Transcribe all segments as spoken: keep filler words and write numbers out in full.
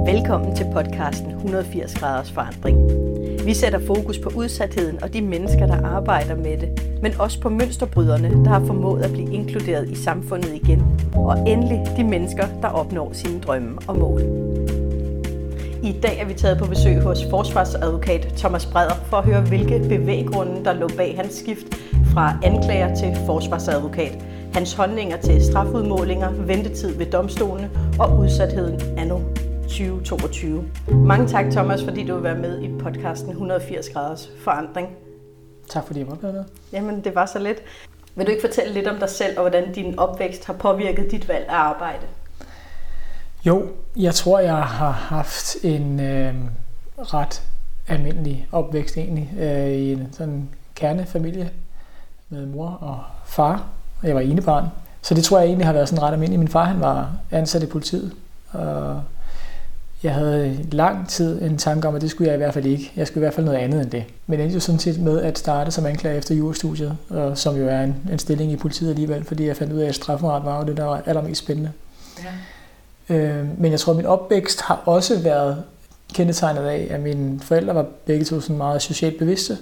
Velkommen til podcasten et hundrede og firs graders forandring. Vi sætter fokus på udsatheden og de mennesker, der arbejder med det, men også på mønsterbryderne, der har formået at blive inkluderet i samfundet igen, og endelig de mennesker, der opnår sine drømme og mål. I dag er vi taget på besøg hos forsvarsadvokat Thomas Brædder for at høre, hvilke bevæggrunde der lå bag hans skift fra anklager til forsvarsadvokat, hans holdninger til strafudmålinger, ventetid ved domstolene og udsatheden anno tyve toogtyve. Mange tak, Thomas, fordi du vil være med i podcasten et hundrede og firs graders forandring. Tak fordi jeg måtte være med. Jamen, det var så lidt. Vil du ikke fortælle lidt om dig selv, og hvordan din opvækst har påvirket dit valg af arbejde? Jo, jeg tror, jeg har haft en øh, ret almindelig opvækst egentlig, øh, i en sådan kernefamilie med mor og far, og jeg var enebarn. Så det tror jeg egentlig har været sådan ret almindeligt. Min far, han var ansat i politiet, og jeg havde lang tid en tanke om, at det skulle jeg i hvert fald ikke. Jeg skulle i hvert fald noget andet end det. Men endte jo sådan set med at starte som anklager efter jurastudiet, og som jo er en, en stilling i politiet alligevel, fordi jeg fandt ud af, at strafferet var jo det, der var allermest spændende. Ja. Øh, men jeg tror, at min opvækst har også været kendetegnet af, at mine forældre var begge to sådan meget socialt bevidste.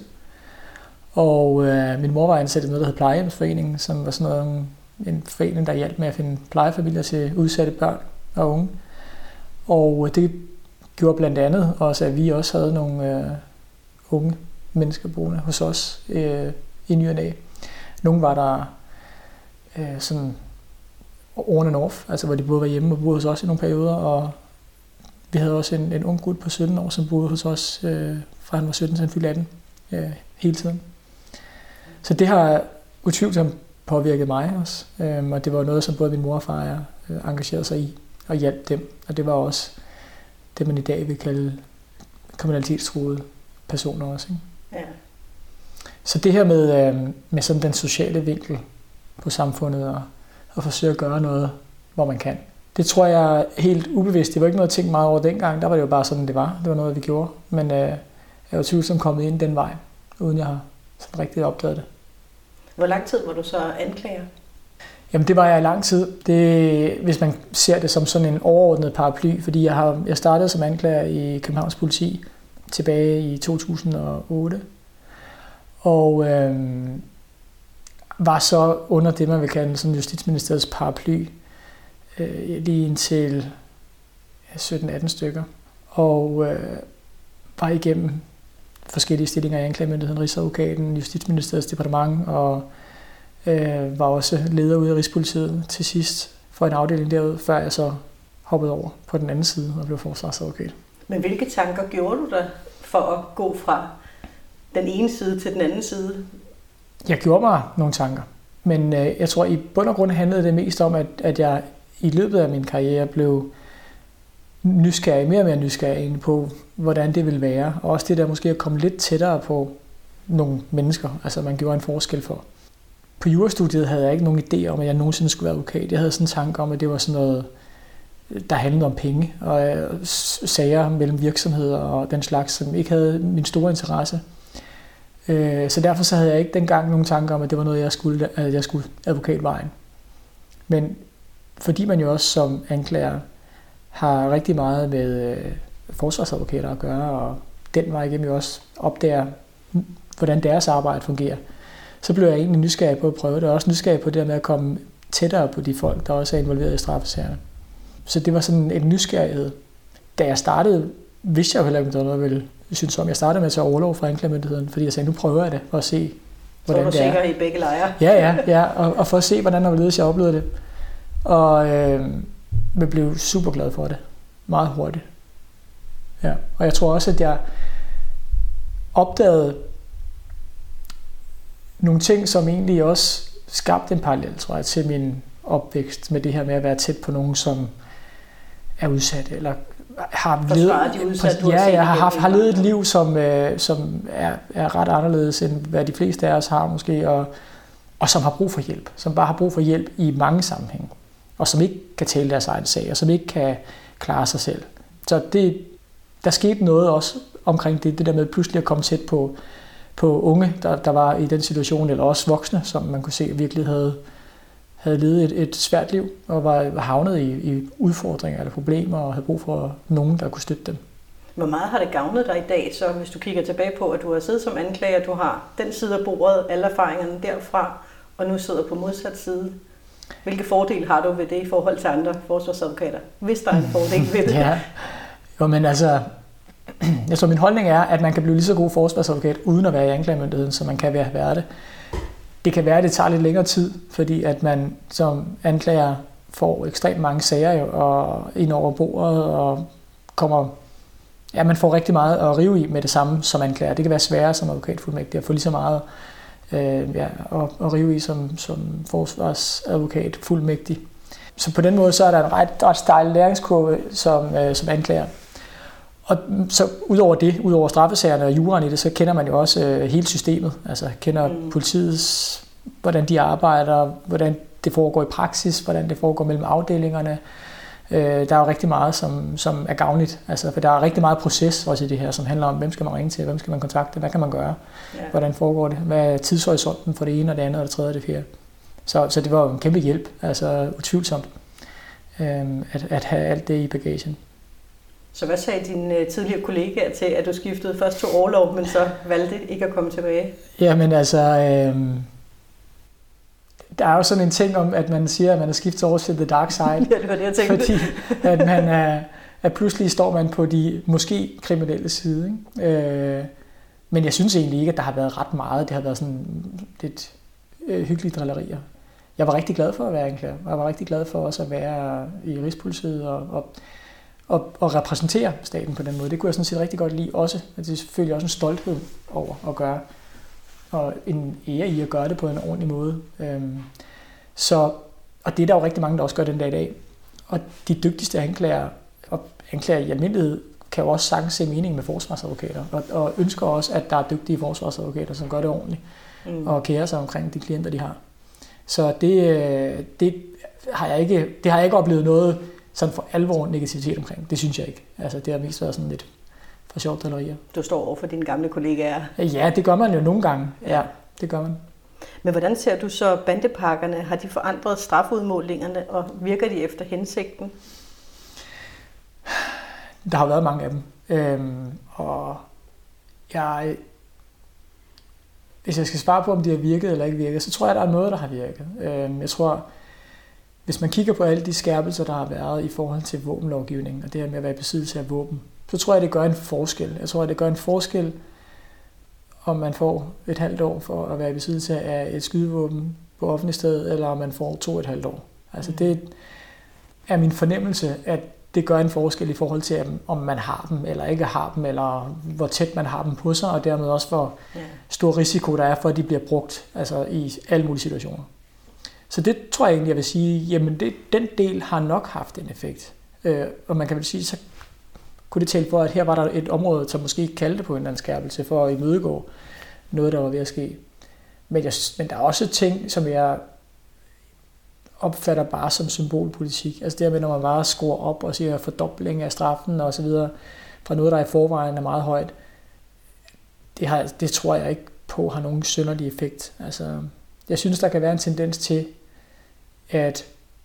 Og øh, min mor var ansat i noget, der hed Plejehjemsforeningen, som var sådan noget, en forening, der hjalp med at finde plejefamilier til udsatte børn og unge. Og det gjorde blandt andet også, at vi også havde nogle øh, unge mennesker boende hos os øh, i ny og næ. Nogle var der øh, sådan on and off, altså hvor de både var hjemme og boede hos os i nogle perioder, og vi havde også en, en ung gut på sytten år, som boede hos os øh, fra han var sytten til han fyldte atten øh, hele tiden. Så det har utvivlsomt påvirket mig også, øh, og det var noget, som både min mor og far øh, engagerede sig i og hjalp dem, og det var også det, man i dag vil kalde kriminalitetstruede personer også. Ikke? Ja. Så det her med, øh, med sådan den sociale vinkel på samfundet og, og forsøge at gøre noget, hvor man kan, det tror jeg er helt ubevidst. Det var ikke noget, jeg tænkte meget over dengang. Der var det jo bare sådan, det var. Det var noget, vi gjorde. Men øh, jeg er jo tvivlsomt kommet ind den vej, uden jeg har sådan rigtig opdaget det. Hvor lang tid var du så anklager? Jamen det var jeg i lang tid, det, hvis man ser det som sådan en overordnet paraply, fordi jeg, har, jeg startede som anklager i Københavns Politi tilbage i to tusind og otte, og øh, var så under det, man vil kalde sådan Justitsministeriets paraply, øh, lige indtil sytten atten stykker, og øh, var igennem forskellige stillinger i anklagemyndigheden, Rigsadvokaten, Justitsministeriets departement, og Øh, var også leder ude af Rigspolitiet til sidst for en afdeling derude, før jeg så hoppede over på den anden side og blev forsvarsadvokat. Men hvilke tanker gjorde du der for at gå fra den ene side til den anden side? Jeg gjorde mig nogle tanker, men øh, jeg tror i bund og grund handlede det mest om, at, at jeg i løbet af min karriere blev nysgerrig, mere og mere nysgerrig på, hvordan det ville være, og også det der måske at komme lidt tættere på nogle mennesker, altså man gjorde en forskel for. På jurastudiet havde jeg ikke nogen idé om, at jeg nogensinde skulle være advokat. Jeg havde sådan en tanke om, at det var sådan noget, der handlede om penge og sager mellem virksomheder og den slags, som ikke havde min store interesse. Så derfor så havde jeg ikke dengang nogen tanker om, at det var noget, jeg skulle, at jeg skulle advokatvejen. Men fordi man jo også som anklager har rigtig meget med forsvarsadvokater at gøre, og den vej igennem jo også opdager, hvordan deres arbejde fungerer, så blev jeg egentlig nysgerrig på at prøve det, og også nysgerrig på det med at komme tættere på de folk, der også er involveret i straffesagerne. Så det var sådan en nysgerrighed. Da jeg startede, vidste jeg jo heller ikke, hvad jeg ville synes om. Jeg startede med at tage overlov fra anklagemyndigheden, fordi jeg sagde, nu prøver jeg det, for at se, hvordan det er. Så var du sikker i begge lejre? Ja, ja, ja, og, og for at se, hvordan jeg jeg oplevede det. Og øh, jeg blev super glad for det. Meget hurtigt. Ja. Og jeg tror også, at jeg opdagede nogle ting, som egentlig også skabte en parallel, tror jeg, til min opvækst med det her med at være tæt på nogen, som er udsat, eller har levet, de udsatte, ja, jeg har, haft, har levet et liv, som, øh, som er, er ret anderledes, end hvad de fleste af os har måske, og, og som har brug for hjælp, som bare har brug for hjælp i mange sammenhænge, og som ikke kan tale deres egen sag, og som ikke kan klare sig selv. Så det, der skete noget også omkring det, det der med pludselig at komme tæt på på unge, der, der var i den situation, eller også voksne, som man kunne se virkelig havde, havde levet et, et svært liv og var havnet i, i udfordringer eller problemer og havde brug for nogen, der kunne støtte dem. Hvor meget har det gavnet dig i dag, så hvis du kigger tilbage på, at du har siddet som anklager, du har den side af bordet, alle erfaringerne derfra, og nu sidder på modsat side? Hvilke fordele har du ved det i forhold til andre forsvarsadvokater, hvis der er en fordel ved det? Ja, jo, men altså, jeg tror min holdning er, at man kan blive lige så god forsvarsadvokat uden at være i anklagemyndigheden, som man kan være at være det. Det kan være, at det tager lidt længere tid, fordi at man som anklager får ekstremt mange sager jo, og ind over bordet, og kommer, ja, man får rigtig meget at rive i med det samme som anklager. Det kan være sværere som advokatfuldmægtig at få lige så meget øh, ja, at, at rive i som, som forsvarsadvokat fuldmægtig. Så på den måde så er der en ret, ret stejl læringskurve som, øh, som anklager. Og så udover det, udover straffesagerne og juraen i det, så kender man jo også øh, hele systemet. Altså kender mm. politiets, hvordan de arbejder, hvordan det foregår i praksis, hvordan det foregår mellem afdelingerne. Øh, der er jo rigtig meget, som, som er gavnligt. Altså, for der er rigtig meget proces også i det her, som handler om, hvem skal man ringe til, hvem skal man kontakte, hvad kan man gøre, ja. Hvordan foregår det, hvad er tidshorisonten for det ene og det andet og det tredje og det fjerde. Så, så det var jo en kæmpe hjælp, altså utvivlsomt, øh, at, at have alt det i bagagen. Så hvad sagde dine tidligere kollegaer til, at du skiftede først til orlov, men så valgte ikke at komme tilbage? Jamen altså, øh, der er jo sådan en ting om, at man siger, at man er skiftet over til the dark side. Ja, det var det, jeg tænkte. Fordi at man er, at pludselig står man på de måske kriminelle side. Ikke? Øh, men jeg synes egentlig ikke, at der har været ret meget. Det har været sådan lidt øh, hyggelige drillerier. Jeg var rigtig glad for at være anklager. Jeg var rigtig glad for også at være i Rigspolitiet og, og Og, og repræsentere staten på den måde. Det kunne jeg sådan set rigtig godt lide også. Det er selvfølgelig også en stolthed over at gøre, og en ære i at gøre det på en ordentlig måde. Øhm, så, og det er der jo rigtig mange, der også gør den dag i dag. Og de dygtigste anklager, og anklager i almindelighed, kan jo også sagtens se mening med forsvarsadvokater, og, og ønsker også, at der er dygtige forsvarsadvokater, som gør det ordentligt, mm. og kærer sig omkring de klienter, de har. Så det, det, har jeg ikke, det har jeg ikke oplevet noget sådan for alvor negativitet omkring. Det synes jeg ikke. Altså, det har mest været sådan lidt for sjovt drillerier. Du står over for dine gamle kollegaer. Ja, det gør man jo nogle gange. Ja, det gør man. Men hvordan ser du så bandepakkerne? Har de forandret strafudmålingerne, og virker de efter hensigten? Der har været mange af dem. Øhm, og jeg, hvis jeg skal svare på, om de har virket eller ikke virket, så tror jeg, der er noget, der har virket. Øhm, jeg tror, hvis man kigger på alle de skærpelser, der har været i forhold til våbenlovgivningen, og det her med at være i besiddelse af våben, så tror jeg, det gør en forskel. Jeg tror, det gør en forskel, om man får et halvt år for at være i besiddelse af et skydevåben på offentlig sted, eller om man får to et halvt år. Altså det er min fornemmelse, at det gør en forskel i forhold til, om man har dem eller ikke har dem, eller hvor tæt man har dem på sig, og dermed også, hvor stor risiko der er for, at de bliver brugt altså i alle mulige situationer. Så det tror jeg egentlig, jeg vil sige, jamen det, den del har nok haft en effekt. Øh, og man kan vel sige, så kunne det tale for, at her var der et område, som måske kaldte på en eller anden skærpelse for at imødegå noget, der var ved at ske. Men, jeg, men der er også ting, som jeg opfatter bare som symbolpolitik. Altså det her med, når man bare skruer op og siger fordobling af straffen og så videre, fra noget, der i forvejen er meget højt, det, har, det tror jeg ikke på har nogen synderlig effekt. Altså, jeg synes, der kan være en tendens til, at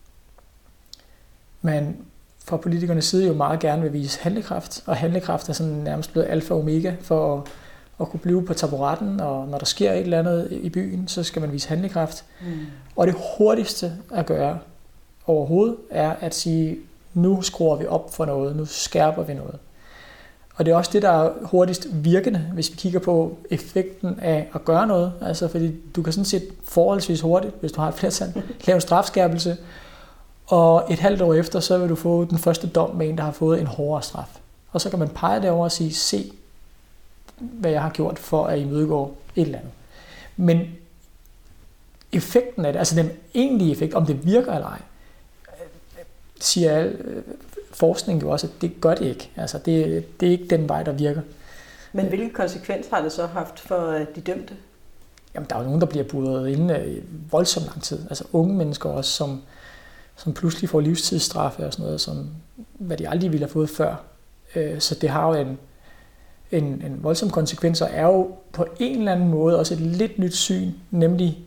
man fra politikernes side jo meget gerne vil vise handlekraft, og handlekraft er sådan nærmest blevet alfa og omega for at, at kunne blive på taburetten, og når der sker et eller andet i byen, så skal man vise handlekraft. Mm. Og det hurtigste at gøre overhovedet er at sige, nu skruer vi op for noget, nu skærper vi noget. Og det er også det, der er hurtigst virkende, hvis vi kigger på effekten af at gøre noget. Altså fordi du kan sådan set forholdsvis hurtigt, hvis du har et flertal, lave en strafskærpelse, og et halvt år efter, så vil du få den første dom med en, der har fået en hårdere straf. Og så kan man pege derover og sige, se, hvad jeg har gjort for at imødegå et eller andet. Men effekten af det, altså den egentlige effekt, om det virker eller ej, siger al forskning jo også, at det gør det ikke. Altså det, det er ikke den vej, der virker. Men hvilke konsekvenser har det så haft for de dømte? Jamen, der er jo nogen, der bliver buret inde i voldsomt lang tid. Altså unge mennesker også, som, som pludselig får livstidsstraffe og sådan noget, som, hvad de aldrig ville have fået før. Så det har jo en, en, en voldsom konsekvens, og er jo på en eller anden måde også et lidt nyt syn, nemlig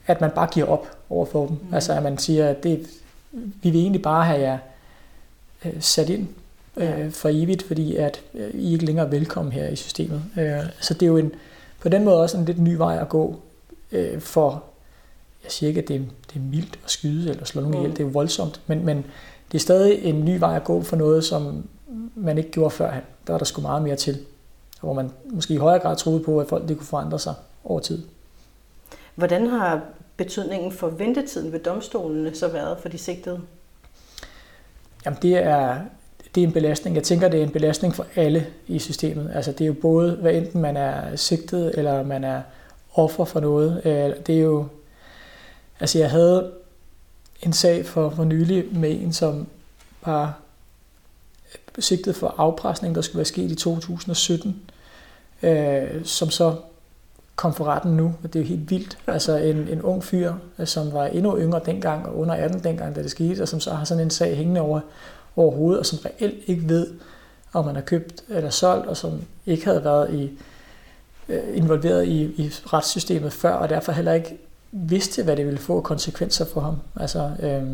at man bare giver op over for dem. Mm. Altså at man siger, at det, vi vil egentlig bare have jer øh, sat ind øh, for evigt, fordi at øh, I ikke længere er velkommen her i systemet. Øh, så det er jo en, på den måde også en lidt ny vej at gå øh, for, jeg siger ikke, at det er, det er mildt at skyde eller slå nogen ihjel, mm. det er jo voldsomt, men, men det er stadig en ny vej at gå for noget, som man ikke gjorde førhen. Der var der sgu meget mere til, hvor man måske i højere grad troede på, at folk det kunne forandre sig over tid. Hvordan har betydningen for ventetiden ved domstolene så været for de sigtede? Jamen det er, det er en belastning. Jeg tænker, det er en belastning for alle i systemet. Altså det er jo både, hvad enten man er sigtet, eller man er offer for noget. Det er jo, altså jeg havde en sag for, for nylig med en, som var sigtet for afpresning, der skulle være sket i to tusind og sytten, øh, som så kom for retten nu, og det er jo helt vildt. Altså en, en ung fyr, som var endnu yngre dengang, og under atten dengang, da det skete, og som så har sådan en sag hængende over, over hovedet, og som reelt ikke ved, om man har købt eller solgt, og som ikke havde været i, øh, involveret i, i retssystemet før, og derfor heller ikke vidste, hvad det ville få konsekvenser for ham. Altså, øh,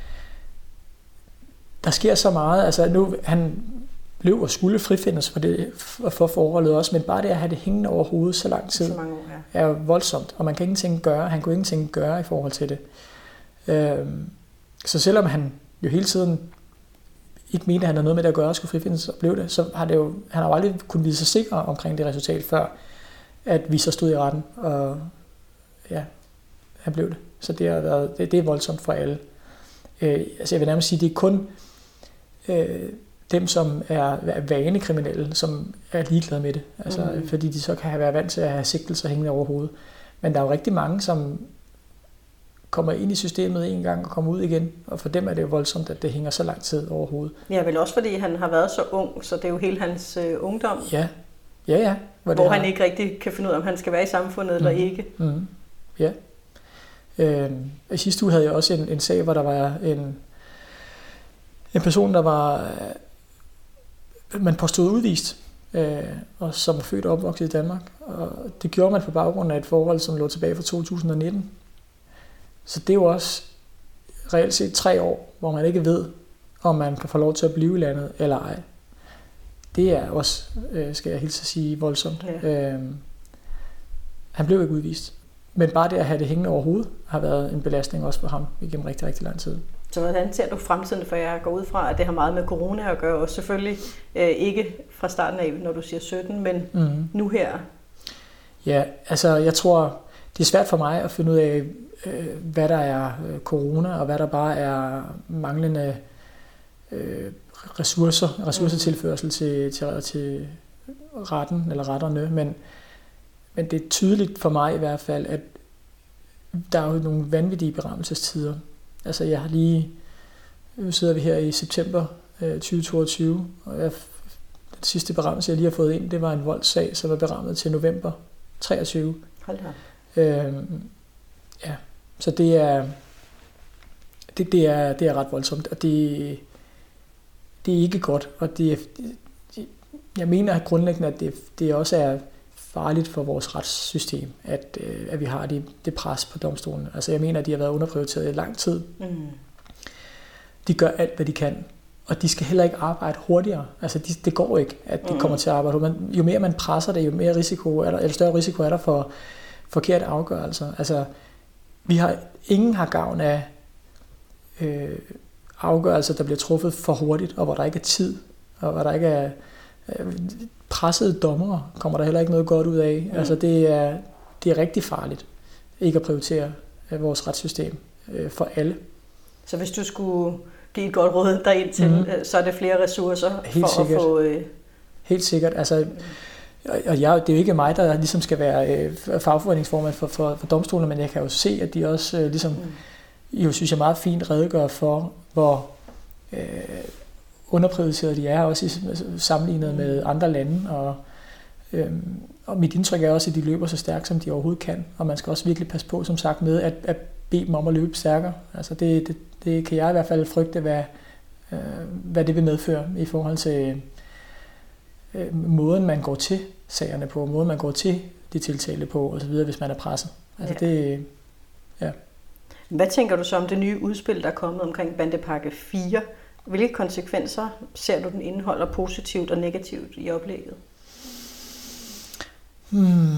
der sker så meget. Altså nu, han blev og skulle frifindes for, det, for forholdet også, men bare det at have det hængende over hovedet så lang tid, så mange år, ja. er voldsomt, og man kan ingenting gøre. Han kunne ingenting gøre i forhold til det. Øh, så selvom han jo hele tiden ikke mente, at han havde noget med det at gøre og skulle frifindes og blev det, så har det jo, han har jo aldrig kunnet vide sig sikker omkring det resultat, før at vi så stod i retten, og ja, han blev det. Så det har været, det, det er voldsomt for alle. Øh, altså jeg vil nærmest sige, det er kun øh, dem, som er, er vanekriminelle, som er ligeglade med det. Altså, mm. Fordi de så kan have været vant til at have sigtelser hængende over hovedet. Men der er jo rigtig mange, som kommer ind i systemet en gang og kommer ud igen, og for dem er det jo voldsomt, at det hænger så lang tid over hovedet. Ja, vel også fordi han har været så ung, så det er jo hele hans øh, ungdom. Ja, ja, ja. Hvor, hvor han har... ikke rigtig kan finde ud af, om han skal være i samfundet mm. eller ikke. Mm. Ja. Øh, I sidste uge havde jeg også en, en sag, hvor der var en, en person, der var man påstod udvist, øh, og som var født og opvokset i Danmark. Og det gjorde man på baggrund af et forhold, som lå tilbage fra to tusind og nitten. Så det er jo også reelt set tre år, hvor man ikke ved, om man kan få lov til at blive i landet eller ej. Det er også, øh, skal jeg hilse at sige, voldsomt. Ja. Øh, han blev ikke udvist. Men bare det at have det hængende over hovedet, har været en belastning også for ham igennem rigtig, rigtig lang tid. Så hvordan ser du fremtiden, for jeg går ud fra, at det har meget med corona at gøre, og selvfølgelig øh, ikke fra starten af, når du siger sytten, men mm. nu her? Ja, altså jeg tror, det er svært for mig at finde ud af, øh, hvad der er øh, corona, og hvad der bare er manglende øh, ressourcer, ressourcetilførsel til, til, til retten eller retterne, men Men det er tydeligt for mig i hvert fald, at der er jo nogle vanvittige berammelsestider. Altså jeg har lige, nu sidder vi her i september øh, tyve toogtyve, og jeg, den sidste berammelse, jeg lige har fået ind, det var en voldssag, som var berammet til november treogtyve. Hold da. Øhm, ja, så det er, det, det, er, det er ret voldsomt, og det, det er ikke godt. Og det, det, jeg mener grundlæggende, at det, det også er farligt for vores retssystem, at, øh, at vi har det, det pres på domstolen. Altså jeg mener, at de har været underprioriteret i lang tid. Mm. De gør alt, hvad de kan, og de skal heller ikke arbejde hurtigere. Altså de, det går ikke, at de mm. kommer til at arbejde. Man, jo mere man presser det, jo mere risiko er der, eller større risiko er der for forkerte afgørelser. Altså vi har, ingen har gavn af øh, afgørelser, der bliver truffet for hurtigt, og hvor der ikke er tid, og hvor der ikke er øh, pressede dommere, kommer der heller ikke noget godt ud af. Mm. Altså det er, det er rigtig farligt ikke at prioritere vores retssystem øh, for alle. Så hvis du skulle give et godt råd derind til, mm. så er det flere ressourcer Helt for sikkert. at få... Øh... Helt sikkert. Altså, og jeg, det er jo ikke mig, der ligesom skal være øh, fagforeningsformand for, for, for domstolene, men jeg kan jo se, at de også øh, ligesom, mm. jo synes jeg meget fint redegør for, hvor øh, underprioriteret de er, også i, sammenlignet mm. med andre lande. Og, øh, og mit indtryk er også, at de løber så stærkt, som de overhovedet kan. Og man skal også virkelig passe på, som sagt, med at, at bede dem om at løbe stærkere. Altså det, det, det kan jeg i hvert fald frygte, hvad, øh, hvad det vil medføre i forhold til øh, måden, man går til sagerne på, måden, man går til de tiltalte på, osv., hvis man er presset. Altså ja. det, Ja. Hvad tænker du så om det nye udspil, der er kommet omkring bandepakke fire? Hvilke konsekvenser ser du, den indeholder positivt og negativt i oplægget? Hmm.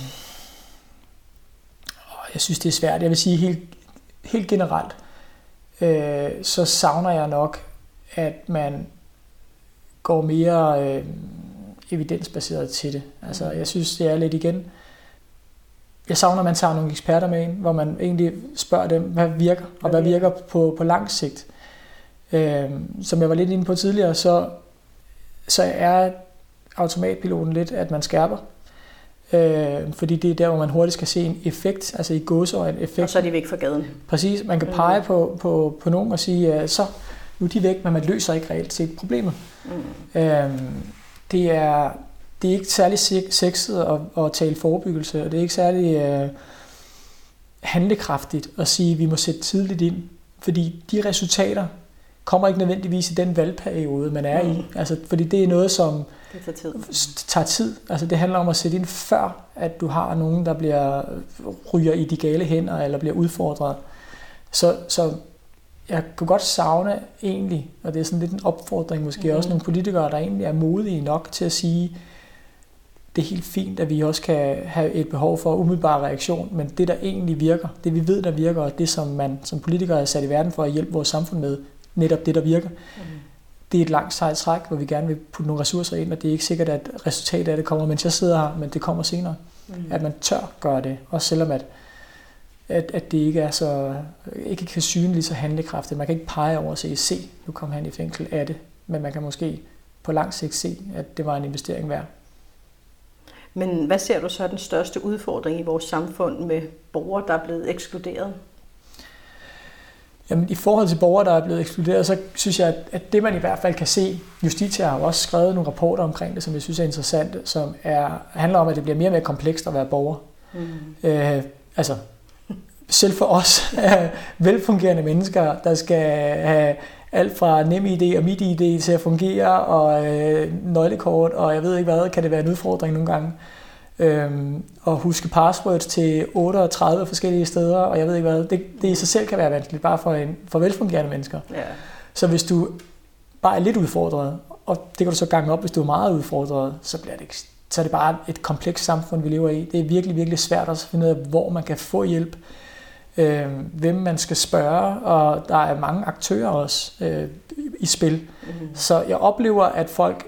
Jeg synes, det er svært. Jeg vil sige helt, helt generelt, øh, så savner jeg nok, at man går mere øh, evidensbaseret til det. Altså, jeg synes, det er lidt igen. Jeg savner, at man tager nogle eksperter med ind, hvor man egentlig spørger dem, hvad virker, og hvad virker på, på lang sigt. Øh, som jeg var lidt inde på tidligere, så, så er automatpiloten lidt, at man skærper. Øh, fordi det er der, hvor man hurtigt skal se en effekt, altså i gåseøjne effekt. Og så er de væk fra gaden. Præcis, man kan pege mm. på, på, på nogen og sige, uh, så nu er de væk, men man løser ikke reelt set problemet. Mm. Øh, det, er, det er ikke særlig sexet at, at tale forebyggelse, og det er ikke særlig uh, handlekraftigt at sige, at vi må sætte tidligt ind, fordi de resultater kommer ikke nødvendigvis i den valgperiode, man er mm. i. Altså, fordi det er noget, som det tager tid. tager tid. Altså, det handler om at sætte ind før, at du har nogen, der bliver ryger i de gale hænder, eller bliver udfordret. Så, så jeg kunne godt savne egentlig, og det er sådan lidt en opfordring måske mm. også nogle politikere, der egentlig er modige nok til at sige, det er helt fint, at vi også kan have et behov for umiddelbar reaktion, men det, der egentlig virker, det vi ved, der virker, og det, som man som politikere er sat i verden for at hjælpe vores samfund med, netop det, der virker, mm. det er et langt sejt træk, hvor vi gerne vil putte nogle ressourcer ind, og det er ikke sikkert, at resultatet af det kommer, mens jeg sidder her, men det kommer senere. Mm. At man tør gøre det, også selvom at, at, at det ikke er så, ikke kan syne lige så handlekraftigt. Man kan ikke pege over og sige, se, nu kom han i fængsel af det, men man kan måske på lang sigt se, at det var en investering værd. Men hvad ser du så den største udfordring i vores samfund med borgere, der er blevet ekskluderet? Jamen, i forhold til borgere, der er blevet ekskluderet, så synes jeg, at det man i hvert fald kan se, Justitia har også skrevet nogle rapporter omkring det, som jeg synes er interessante, som er, handler om, at det bliver mere og mere komplekst at være borger. Mm. Øh, altså, selv for os velfungerende mennesker, der skal have alt fra NemID og MitID til at fungere, og øh, nøglekort, og jeg ved ikke hvad, kan det være en udfordring nogle gange. Øhm, og huske passwords til otteogtredive forskellige steder, og jeg ved ikke hvad, det, det i sig selv kan være vanskeligt, bare for, en, for velfungerende mennesker. Ja. Så hvis du bare er lidt udfordret, og det kan du så gange op, hvis du er meget udfordret, så, bliver det, så er det bare et komplekst samfund, vi lever i. Det er virkelig, virkelig svært at finde ud af, hvor man kan få hjælp, øh, hvem man skal spørge, og der er mange aktører også øh, i spil. Mm-hmm. Så jeg oplever, at folk,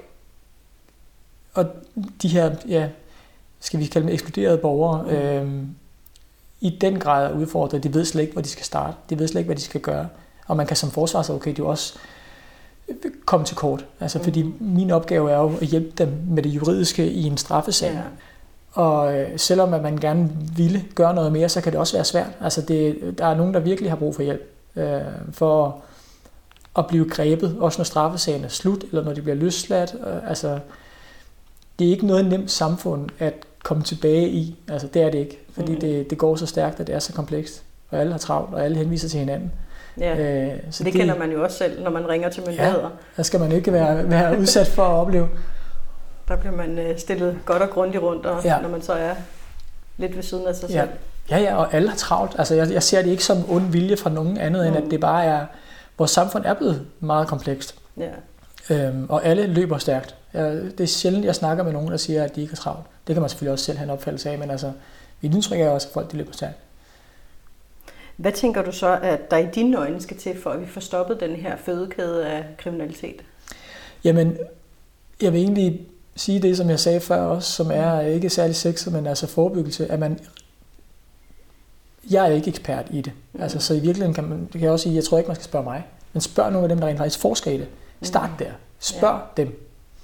og de her, ja, skal vi kalde dem ekskluderede borgere, mm. øh, i den grad er udfordret. De ved slet ikke, hvor de skal starte. De ved slet ikke, hvad de skal gøre. Og man kan som forsvarsadvokat jo også komme til kort. Altså, mm. fordi min opgave er jo at hjælpe dem med det juridiske i en straffesag. Ja. Og øh, selvom at man gerne ville gøre noget mere, så kan det også være svært. Altså, det, der er nogen, der virkelig har brug for hjælp øh, for at blive grebet, også når straffesagen er slut, eller når de bliver løsladt. Øh, altså, det er ikke noget nemt samfund at komme tilbage i. Altså, det er det ikke. Fordi mm. det, det går så stærkt, at det er så komplekst. Og alle har travlt, og alle henviser til hinanden. Ja, øh, så det, det kender man jo også selv, når man ringer til myndigheder. Ja, der skal man ikke være, være udsat for at opleve. Der bliver man stillet godt og grundigt rundt, og ja. Når man så er lidt ved siden af sig ja. selv. Ja, ja, og alle har travlt. Altså, jeg, jeg ser det ikke som ond vilje fra nogen andet, mm. end at det bare er, vores samfund er blevet meget komplekst. Ja. Øhm, og alle løber stærkt. Jeg, det er sjældent, jeg snakker med nogen, der siger, at de ikke er travlt. Det kan man selvfølgelig også selv have en opfattelse af, men altså, mit indtryk er også, at folk de løber stærkt. Hvad tænker du så, at der i dine øjne skal til, for at vi får stoppet den her fødekæde af kriminalitet? Jamen, jeg vil egentlig sige det, som jeg sagde før også, som er ikke særlig sexet, men altså forebyggelse, at man... Jeg er ikke ekspert i det. Mm. Altså, så i virkeligheden kan man, det kan jeg også sige, jeg tror ikke, man skal spørge mig, men spørg nogle af dem, der rent faktisk forsker i det. Start der. Spørg ja. dem.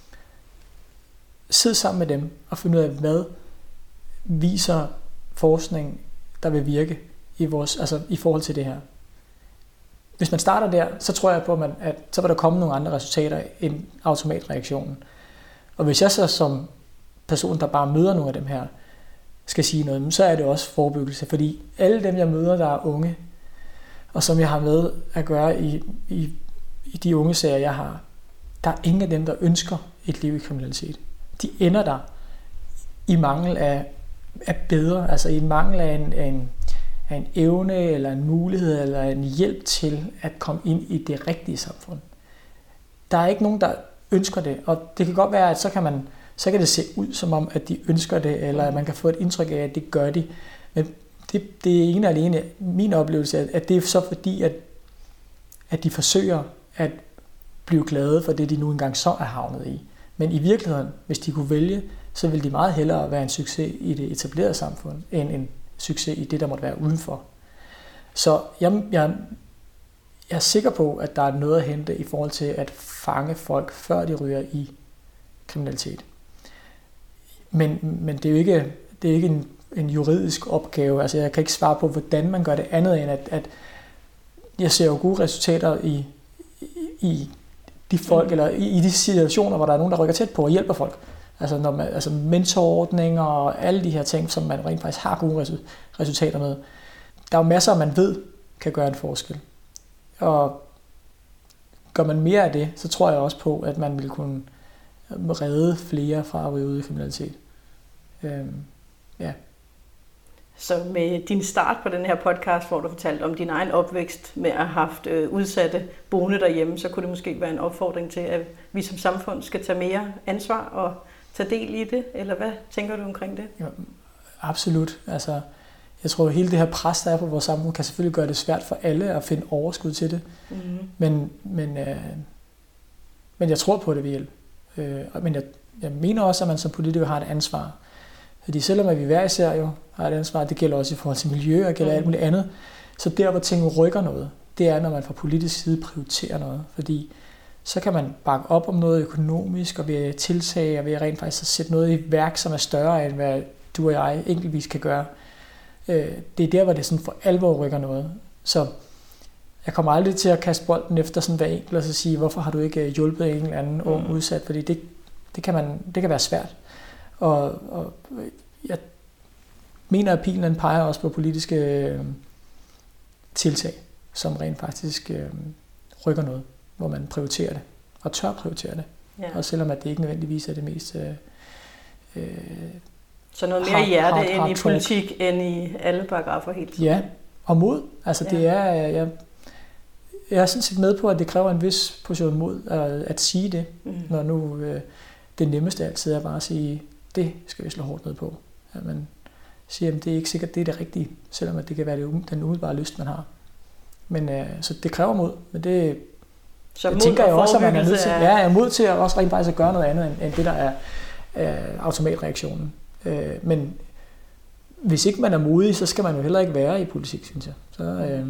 Sid sammen med dem og find ud af, hvad viser forskning, der vil virke i, vores, altså i forhold til det her. Hvis man starter der, så tror jeg på, at, man, at så vil der komme nogle andre resultater end automatreaktionen. Og hvis jeg så som person, der bare møder nogle af dem her, skal sige noget, så er det også forebyggelse. Fordi alle dem, jeg møder, der er unge, og som jeg har med at gøre i, i, i de unge sager, jeg har, der er ingen af dem, der ønsker et liv i kriminalitet. De ender der i mangel af, af bedre, altså i en mangel af en, af en, er en evne, eller en mulighed, eller en hjælp til at komme ind i det rigtige samfund. Der er ikke nogen, der ønsker det, og det kan godt være, at så kan, man, så kan det se ud som om, at de ønsker det, eller at man kan få et indtryk af, at det gør de. Men det, det er en alene min oplevelse, at det er så fordi, at, at de forsøger at blive glade for det, de nu engang så er havnet i. Men i virkeligheden, hvis de kunne vælge, så ville de meget hellere være en succes i det etablerede samfund, end en succes i det, der måtte være udenfor. Så jeg, jeg, jeg er sikker på, at der er noget at hente i forhold til at fange folk, før de ryger i kriminalitet. Men, men det er jo ikke, det er ikke en, en juridisk opgave. Altså jeg kan ikke svare på, hvordan man gør det andet end, at, at jeg ser jo gode resultater i, i, i de folk, mm. eller i, i de situationer, hvor der er nogen, der rykker tæt på og hjælper folk. Altså, når man, altså mentorordninger og alle de her ting, som man rent faktisk har gode resultater med. Der er jo masser, man ved, kan gøre en forskel. Og gør man mere af det, så tror jeg også på, at man vil kunne redde flere fra at ryge ud i kriminalitet. Øhm, ja. Så med din start på den her podcast, hvor du fortalte om din egen opvækst med at have haft øh, udsatte boende derhjemme, så kunne det måske være en opfordring til, at vi som samfund skal tage mere ansvar og tage del i det, eller hvad tænker du omkring det? Ja, absolut. Altså, jeg tror, at hele det her pres, der er på vores samfund, kan selvfølgelig gøre det svært for alle at finde overskud til det. Mm-hmm. Men, men, øh, men jeg tror på, at det vil hjælpe. Øh, men jeg, jeg mener også, at man som politiker har et ansvar. Fordi selvom vi hver især jo har et ansvar, det gælder også i forhold til miljø og gælder mm. alt muligt andet, så der, hvor tingene rykker noget, det er, når man fra politisk side prioriterer noget. Fordi så kan man bakke op om noget økonomisk, og ved tiltag, og ved rent faktisk at sætte noget i værk, som er større, end hvad du og jeg enkeltvis kan gøre. Det er der, hvor det sådan for alvor rykker noget. Så jeg kommer aldrig til at kaste bolden efter sådan hver enkelt, og så sige, hvorfor har du ikke hjulpet en eller anden ung mm. udsat? Fordi det, det, kan man, det kan være svært. Og, og jeg mener, at pilen peger også på politiske øh, tiltag, som rent faktisk øh, rykker noget, hvor man prioriterer det, og tør prioritere det. Ja. Og selvom at det ikke nødvendigvis er det mest... Øh, øh, Så noget mere hard, hjerte hard, hard, ind i politik, talk. End i alle paragrafer helt tiden. Ja, og mod. Altså ja. det er... Jeg, jeg er sådan set med på, at det kræver en vis portion mod at, at sige det, mm. når nu øh, det nemmeste altid er bare at sige, det skal vi slå hårdt ned på. At man siger, at det er ikke sikkert, det er det rigtige, selvom at det kan være det, den umiddelbare lyst, man har. Men øh, så det kræver mod, men det så jeg tænker jeg også, at man er nødt til, er... ja, jeg er mod til at også rent faktisk at gøre noget andet, end, end det, der er øh, automatreaktionen. Øh, men hvis ikke man er modig, så skal man jo heller ikke være i politik, synes jeg. Så øh,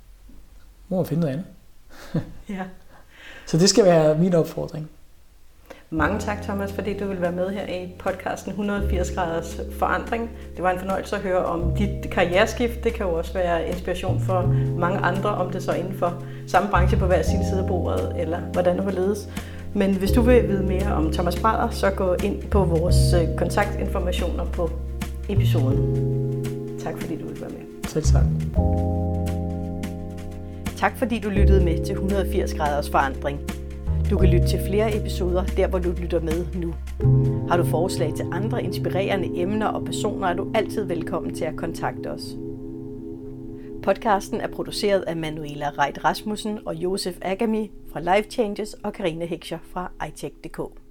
må man finde noget andet. Ja. Så det skal være min opfordring. Mange tak, Thomas, fordi du vil være med her i podcasten et hundrede og firs graders forandring. Det var en fornøjelse at høre om dit karriereskift. Det kan jo også være inspiration for mange andre, om det så inden for samme branche på hver sin side af bordet, eller hvordan det vil ledes. Men hvis du vil vide mere om Thomas Brædder, så gå ind på vores kontaktinformationer på episoden. Tak fordi du vil være med. Selv tak. Tak fordi du lyttede med til et hundrede og firs graders forandring. Du kan lytte til flere episoder, der hvor du lytter med nu. Har du forslag til andre inspirerende emner og personer, er du altid velkommen til at kontakte os. Podcasten er produceret af Manuela Reit Rasmussen og Josef Agami fra Life Changes og Karine Heckscher fra i tech punktum d k.